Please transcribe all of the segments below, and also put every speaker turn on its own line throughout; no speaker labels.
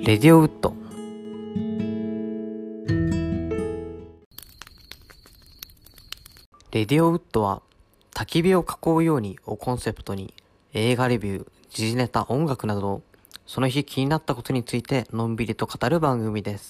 レディオウッド。レディオウッドは焚き火を囲うようにをコンセプトに映画レビュー、時事ネタ、音楽などその日気になったことについてのんびりと語る番組です。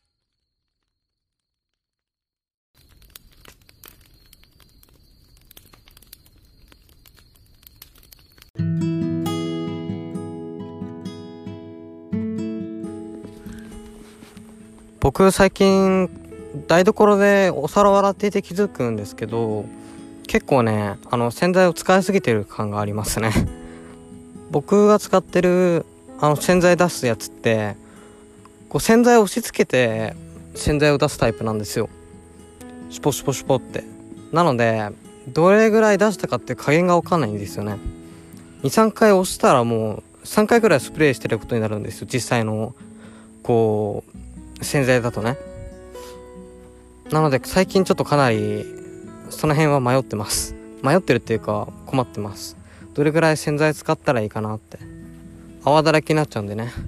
僕最近台所でお皿を洗っていて気づくんですけど、結構ね洗剤を使いすぎてる感がありますね。僕が使ってる洗剤出すやつってこう洗剤を押し付けて洗剤を出すタイプなんですよ。シュポシュポシュポって。なのでどれぐらい出したかっていう加減が分かんないんですよね。 2,3 回押したらもう3回ぐらいスプレーしてることになるんですよ、実際のこう洗剤だとね。なので最近ちょっとかなりその辺は迷ってるっていうか困ってます。どれぐらい洗剤使ったらいいかなって。泡だらけになっちゃうんでね。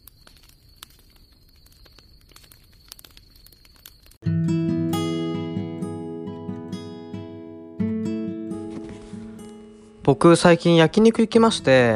僕最近焼肉行きまして、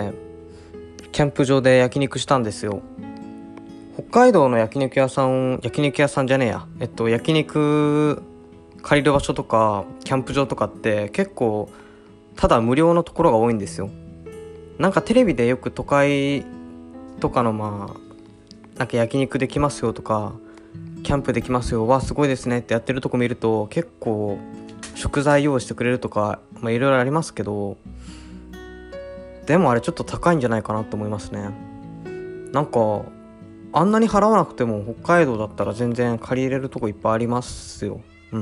キャンプ場で焼肉したんですよ。北海道の焼肉屋さんじゃねえや焼肉借りる場所とかキャンプ場とかって結構ただ無料のところが多いんですよ。なんかテレビでよく都会とかのなんか焼肉できますよとかキャンプできますよ、わすごいですねってやってるとこ見ると結構食材用意してくれるとかいろいろありますけど、でもあれちょっと高いんじゃないかなと思いますね。なんかあんなに払わなくても北海道だったら全然借りれるとこいっぱいありますよ。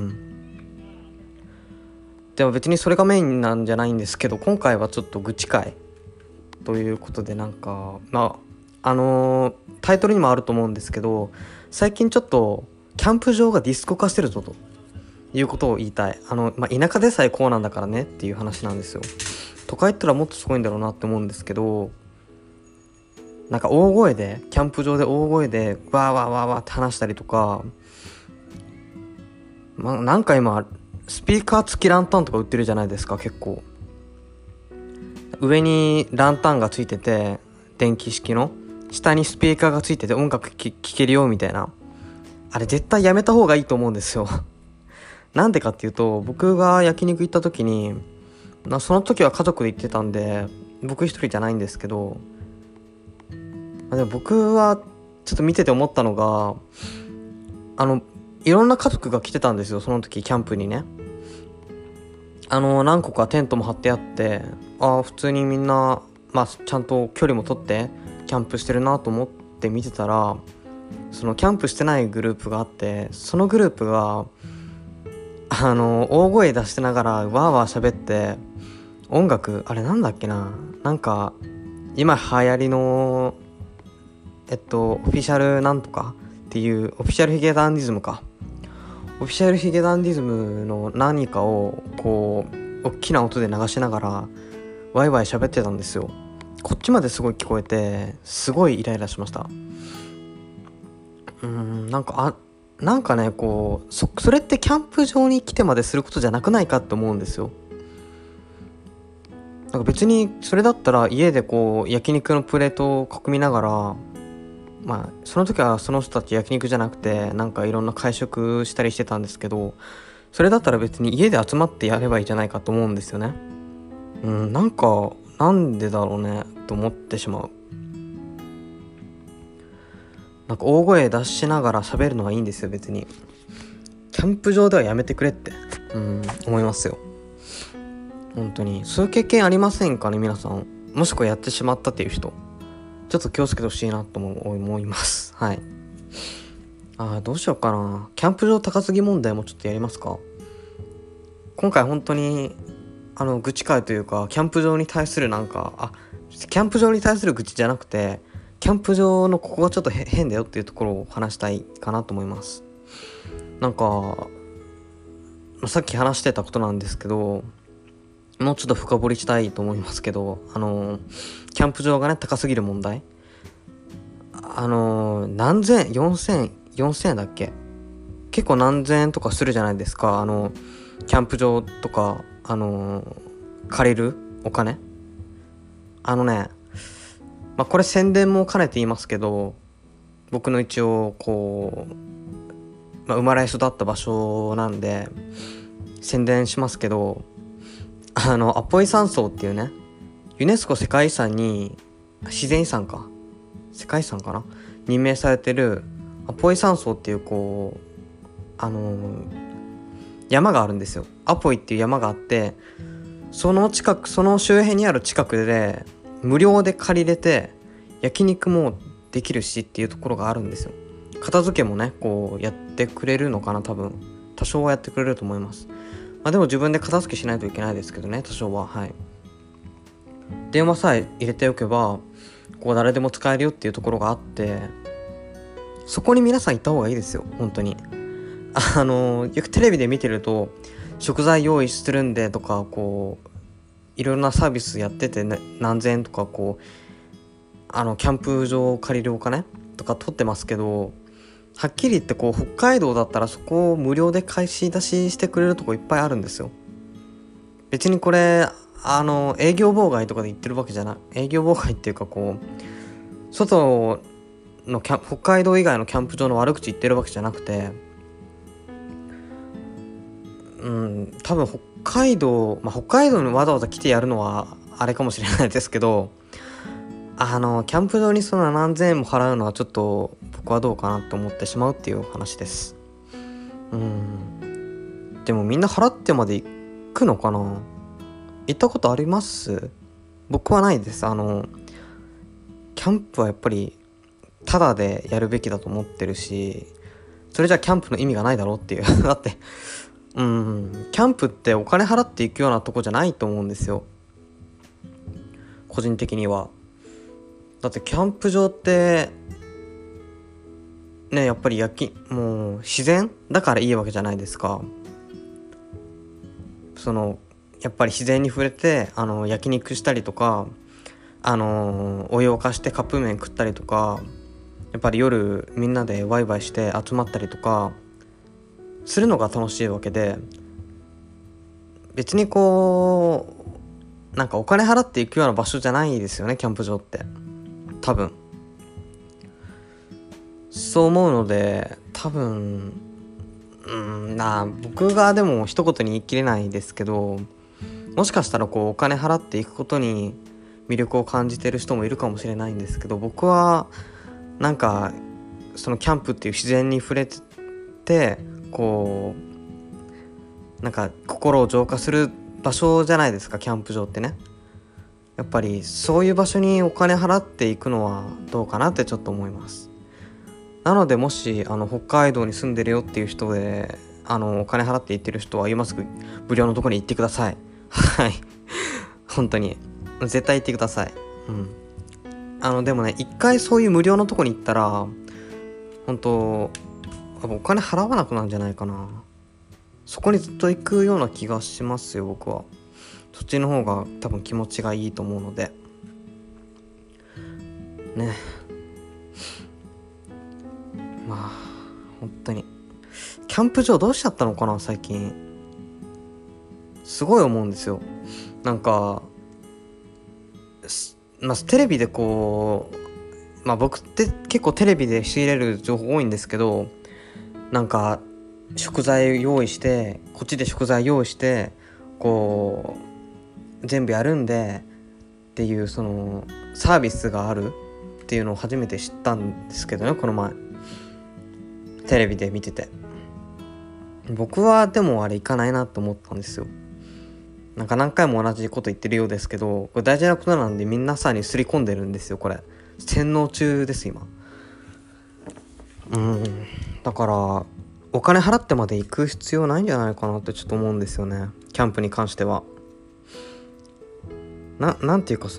でも別にそれがメインなんじゃないんですけど、今回はちょっと愚痴会ということで、なんかタイトルにもあると思うんですけど、最近ちょっとキャンプ場がディスコ化してるぞということを言いたい。田舎でさえこうなんだからねっていう話なんですよ。都会ったらもっとすごいんだろうなって思うんですけど、なんかキャンプ場で大声でわーわーわーわーって話したりとか、なんか今スピーカー付きランタンとか売ってるじゃないですか。結構上にランタンがついてて電気式の、下にスピーカーがついてて音楽聴けるよみたいな、あれ絶対やめた方がいいと思うんですよ。なんでかっていうと、僕が焼肉行った時にその時は家族で行ってたんで僕一人じゃないんですけど、でも僕はちょっと見てて思ったのが、いろんな家族が来てたんですよ、その時キャンプにね。何個かテントも張ってあって、普通にみんなちゃんと距離も取ってキャンプしてるなと思って見てたら、そのキャンプしてないグループがあって、そのグループが大声出してながらわーわー喋って、音楽あれなんだっけな、なんか今流行りのオフィシャルなんとかっていうオフィシャルヒゲダンディズムの何かをこう大きな音で流しながらワイワイ喋ってたんですよ。こっちまですごい聞こえてすごいイライラしました。なんかね、こうそれってキャンプ場に来てまですることじゃなくないかって思うんですよ。なんか別にそれだったら家でこう焼肉のプレートを囲みながら、その時はその人たち焼肉じゃなくてなんかいろんな会食したりしてたんですけど、それだったら別に家で集まってやればいいじゃないかと思うんですよね。なんでだろうねと思ってしまう。なんか大声出しながら喋るのはいいんですよ、別に。キャンプ場ではやめてくれって思いますよ。本当にそういう経験ありませんかね、皆さん。もしくはやってしまったっていう人、ちょっと気をつけてほしいなと思います。はい。どうしようかな。キャンプ場高すぎ問題もちょっとやりますか。今回本当に愚痴会というか、キャンプ場に対するキャンプ場に対する愚痴じゃなくて、キャンプ場のここがちょっと変だよっていうところを話したいかなと思います。なんかさっき話してたことなんですけど、もうちょっと深掘りしたいと思いますけど、キャンプ場がね高すぎる問題、 何千、4000円だっけ、結構何千円とかするじゃないですか。キャンプ場とか、借りるお金。これ宣伝も兼ねて言いますけど、僕の一応こう、生まれ育った場所なんで宣伝しますけど、アポイ山荘っていうね、ユネスコ世界遺産に、自然遺産か、世界遺産かな、任命されてるアポイ山荘っていうこう山があるんですよ。アポイっていう山があって、その周辺にある近くで無料で借りれて焼肉もできるしっていうところがあるんですよ。片付けもねこうやってくれるのかな、多分多少はやってくれると思います。でも自分で片付けしないといけないですけどね、多少は。はい。電話さえ入れておけばこう誰でも使えるよっていうところがあって、そこに皆さん行った方がいいですよ、本当に。よくテレビで見てると食材用意するんでとか、こういろいろなサービスやってて、ね、何千円とかこうキャンプ場を借りるお金とか取ってますけど、はっきり言ってこう北海道だったらそこを無料で貸し出ししてくれるとこいっぱいあるんですよ。別にこれ営業妨害とかで言ってるわけじゃない、営業妨害っていうかこう外の北海道以外のキャンプ場の悪口言ってるわけじゃなくて、多分北海道にわざわざ来てやるのはあれかもしれないですけど、キャンプ場にその何千円も払うのはちょっと僕はどうかなと思ってしまうっていう話です。でもみんな払ってまで行くのかな。行ったことあります？僕はないです。キャンプはやっぱりタダでやるべきだと思ってるし、それじゃキャンプの意味がないだろうっていうだってキャンプってお金払っていくようなとこじゃないと思うんですよ、個人的には。だってキャンプ場ってね、やっぱりもう自然だからいいわけじゃないですか。やっぱり自然に触れて焼肉したりとか、お湯を沸かしてカップ麺食ったりとか、やっぱり夜みんなでワイワイして集まったりとかするのが楽しいわけで、別にこうなんかお金払っていくような場所じゃないですよね、キャンプ場って多分。そう思うので、多分僕がでも一言に言い切れないですけど、もしかしたらこうお金払っていくことに魅力を感じてる人もいるかもしれないんですけど、僕はなんかそのキャンプっていう自然に触れてこうなんか心を浄化する場所じゃないですか、キャンプ場ってね。やっぱりそういう場所にお金払っていくのはどうかなってちょっと思います。なのでもし北海道に住んでるよっていう人でお金払って行ってる人は今すぐ無料のところに行ってください。はい本当に絶対行ってください。でもね、一回そういう無料のとこに行ったら本当お金払わなくなるんじゃないかな。そこにずっと行くような気がしますよ、僕は。そっちの方が多分気持ちがいいと思うのでね。本当にキャンプ場どうしちゃったのかな最近。すごい思うんですよ。なんかテレビでこう僕って結構テレビで仕入れる情報多いんですけど、なんか食材用意してこっちで食材用意してこう全部やるんでっていうそのサービスがあるっていうのを初めて知ったんですけどね、この前テレビで見てて。僕はでもあれ行かないなと思ったんですよ。なんか何回も同じこと言ってるようですけど、これ大事なことなんで皆さんに刷り込んでるんですよ。これ洗脳中です今。だからお金払ってまで行く必要ないんじゃないかなってちょっと思うんですよね、キャンプに関しては。なんていうか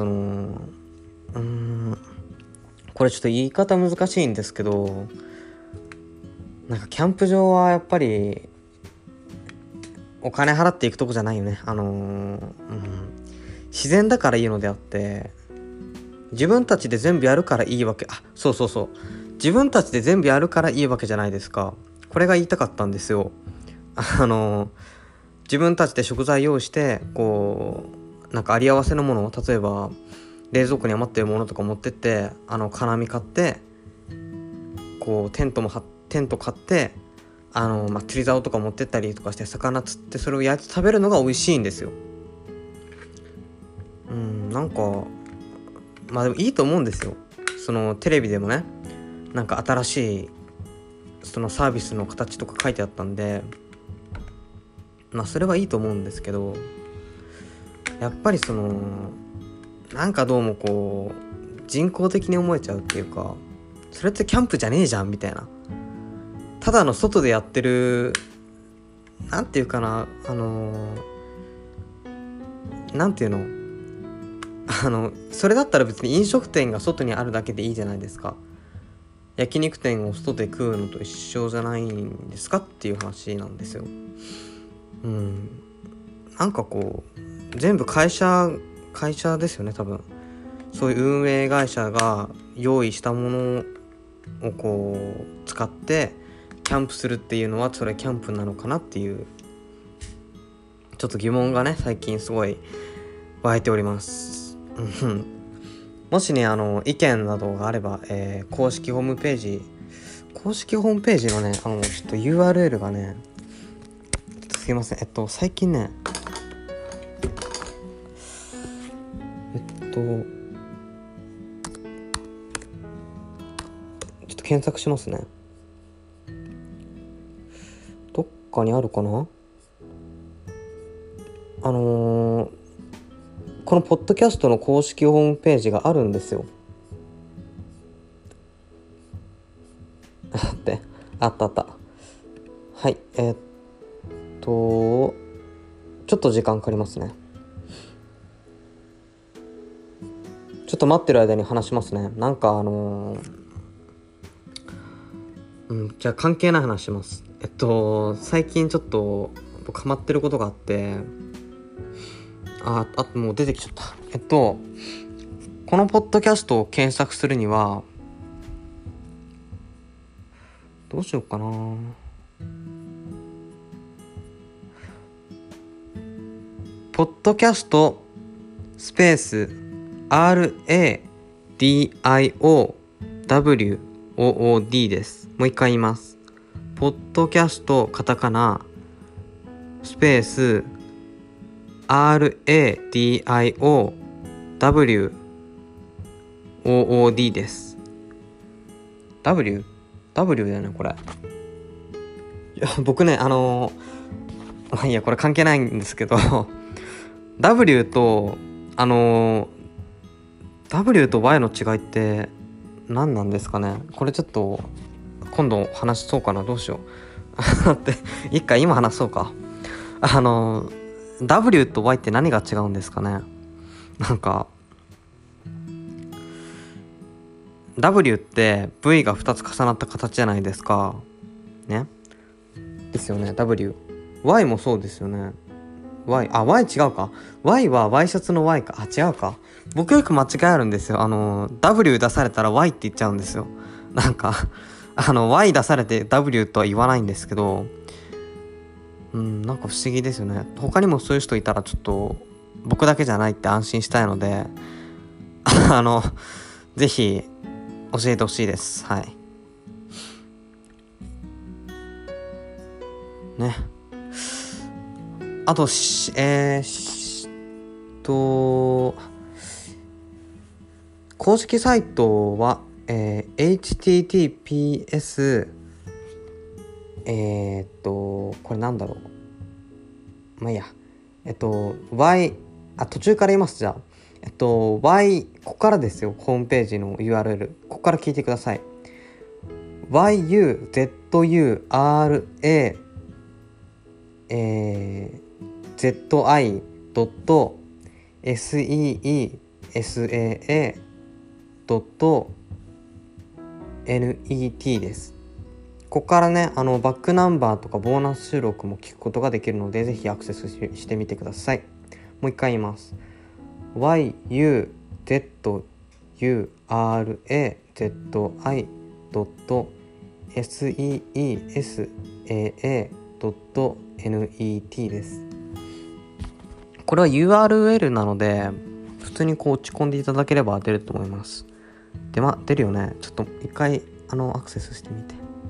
これちょっと言い方難しいんですけど、なんかキャンプ場はやっぱりお金払っていくとこじゃないよね。自然だからいいのであって、 自分たちで全部やるからいいわけ、そう自分たちで全部やるからいいわけじゃないですか。これが言いたかったんですよ。自分たちで食材用意して、こうなんかあり合わせのものを、例えば冷蔵庫に余ってるものとか持ってって、金網買って、こうテント買って、釣り竿とか持ってったりとかして、魚釣ってそれを焼いて食べるのが美味しいんですよ。なんかでもいいと思うんですよ。そのテレビでもね、なんか新しいそのサービスの形とか書いてあったんで、それはいいと思うんですけど、やっぱりなんかどうもこう人工的に思えちゃうっていうか、それってキャンプじゃねえじゃんみたいな、ただの外でやってる、なんていうかな、なんていうの、それだったら別に飲食店が外にあるだけでいいじゃないですか。焼肉店を外で食うのと一緒じゃないんですかっていう話なんですよ。なんかこう全部会社ですよね、多分。そういう運営会社が用意したものをこう使ってキャンプするっていうのは、それキャンプなのかなっていう、ちょっと疑問がね最近すごい湧いております。もしね意見などがあれば、公式ホームページのねちょっと URL がね、すいません、最近ねちょっと検索しますね。どっかにあるかな。このポッドキャストの公式ホームページがあるんですよ。あった。はい、ちょっと時間かかりますね。ちょっと待ってる間に話しますね。なんかじゃあ関係ない話します。最近ちょっと僕ハマってることがあって、もう出てきちゃった。このポッドキャストを検索するにはどうしようかな。ポッドキャストスペース RADIOWOOD です。もう一回言います。ポッドキャストカタカナスペース RADIOWOOD です。W だよねこれ。いや僕ねいやこれ関係ないんですけどW とW と Y の違いって何なんですかね。これちょっと今度話そうかな。どうしようって一回今話そうか。W と Y って何が違うんですかね。なんか W って V が2つ重なった形じゃないですかね。ですよね。 Y もそうですよね。Y 違うか。Y はワイシャツの Y か。違うか。僕よく間違えるんですよ。W 出されたら Y って言っちゃうんですよ。なんかY 出されて W とは言わないんですけど、なんか不思議ですよね。他にもそういう人いたらちょっと僕だけじゃないって安心したいのでぜひ教えてほしいです。はいね。あと公式サイトは、https これなんだろう。まあいいや。Y 途中から言います。じゃあY ここからですよ。ホームページの URL ここから聞いてください。yuzi.seesaa.net です。ここからねバックナンバーとかボーナス収録も聞くことができるので、ぜひアクセスしてみてください。もう一回言います。 yuraa.seesaa.net です。これは URL なので普通に打ち込んでいただければ出ると思います。出るよね。ちょっと一回アクセスしてみて。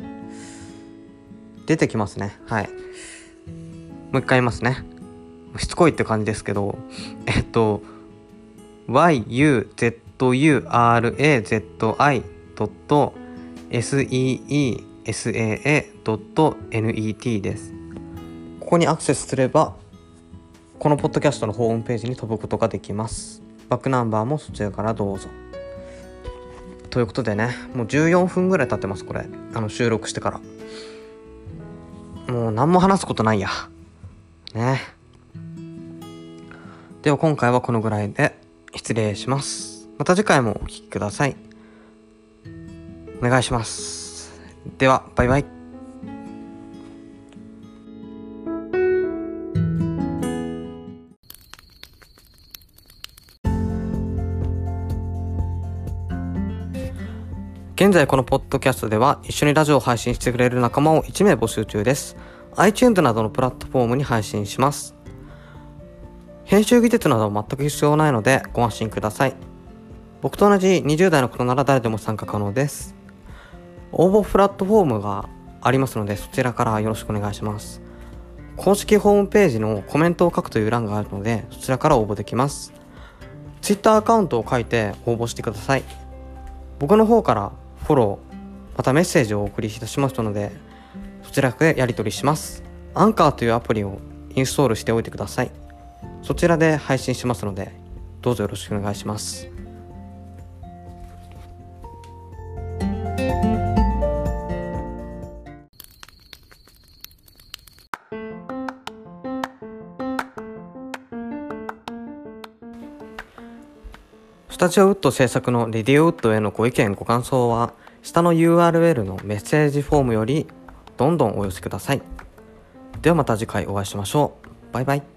出てきますね。はい。もう一回言いますね。しつこいって感じですけど、yuzuzi.seesaa.net です。ここにアクセスすればこのポッドキャストのホームページに飛ぶことができます。バックナンバーもそちらからどうぞ。ということでね、もう14分ぐらい経ってます。これ収録してからもう何も話すことないやね。では今回はこのぐらいで失礼します。また次回もお聞きください。お願いします。ではバイバイ。現在このポッドキャストでは一緒にラジオを配信してくれる仲間を1名募集中です。 iTunes などのプラットフォームに配信します。編集技術などは全く必要ないのでご安心ください。僕と同じ20代の方なら誰でも参加可能です。応募プラットフォームがありますのでそちらからよろしくお願いします。公式ホームページのコメントを書くという欄があるのでそちらから応募できます。 Twitter アカウントを書いて応募してください。僕の方からフォローまたメッセージをお送りいたしますのでそちらでやり取りします。アンカーというアプリをインストールしておいてください。そちらで配信しますのでどうぞよろしくお願いします。スタジオウッド制作のレディオウッドへのご意見ご感想は下の URL のメッセージフォームよりどんどんお寄せください。ではまた次回お会いしましょう。バイバイ。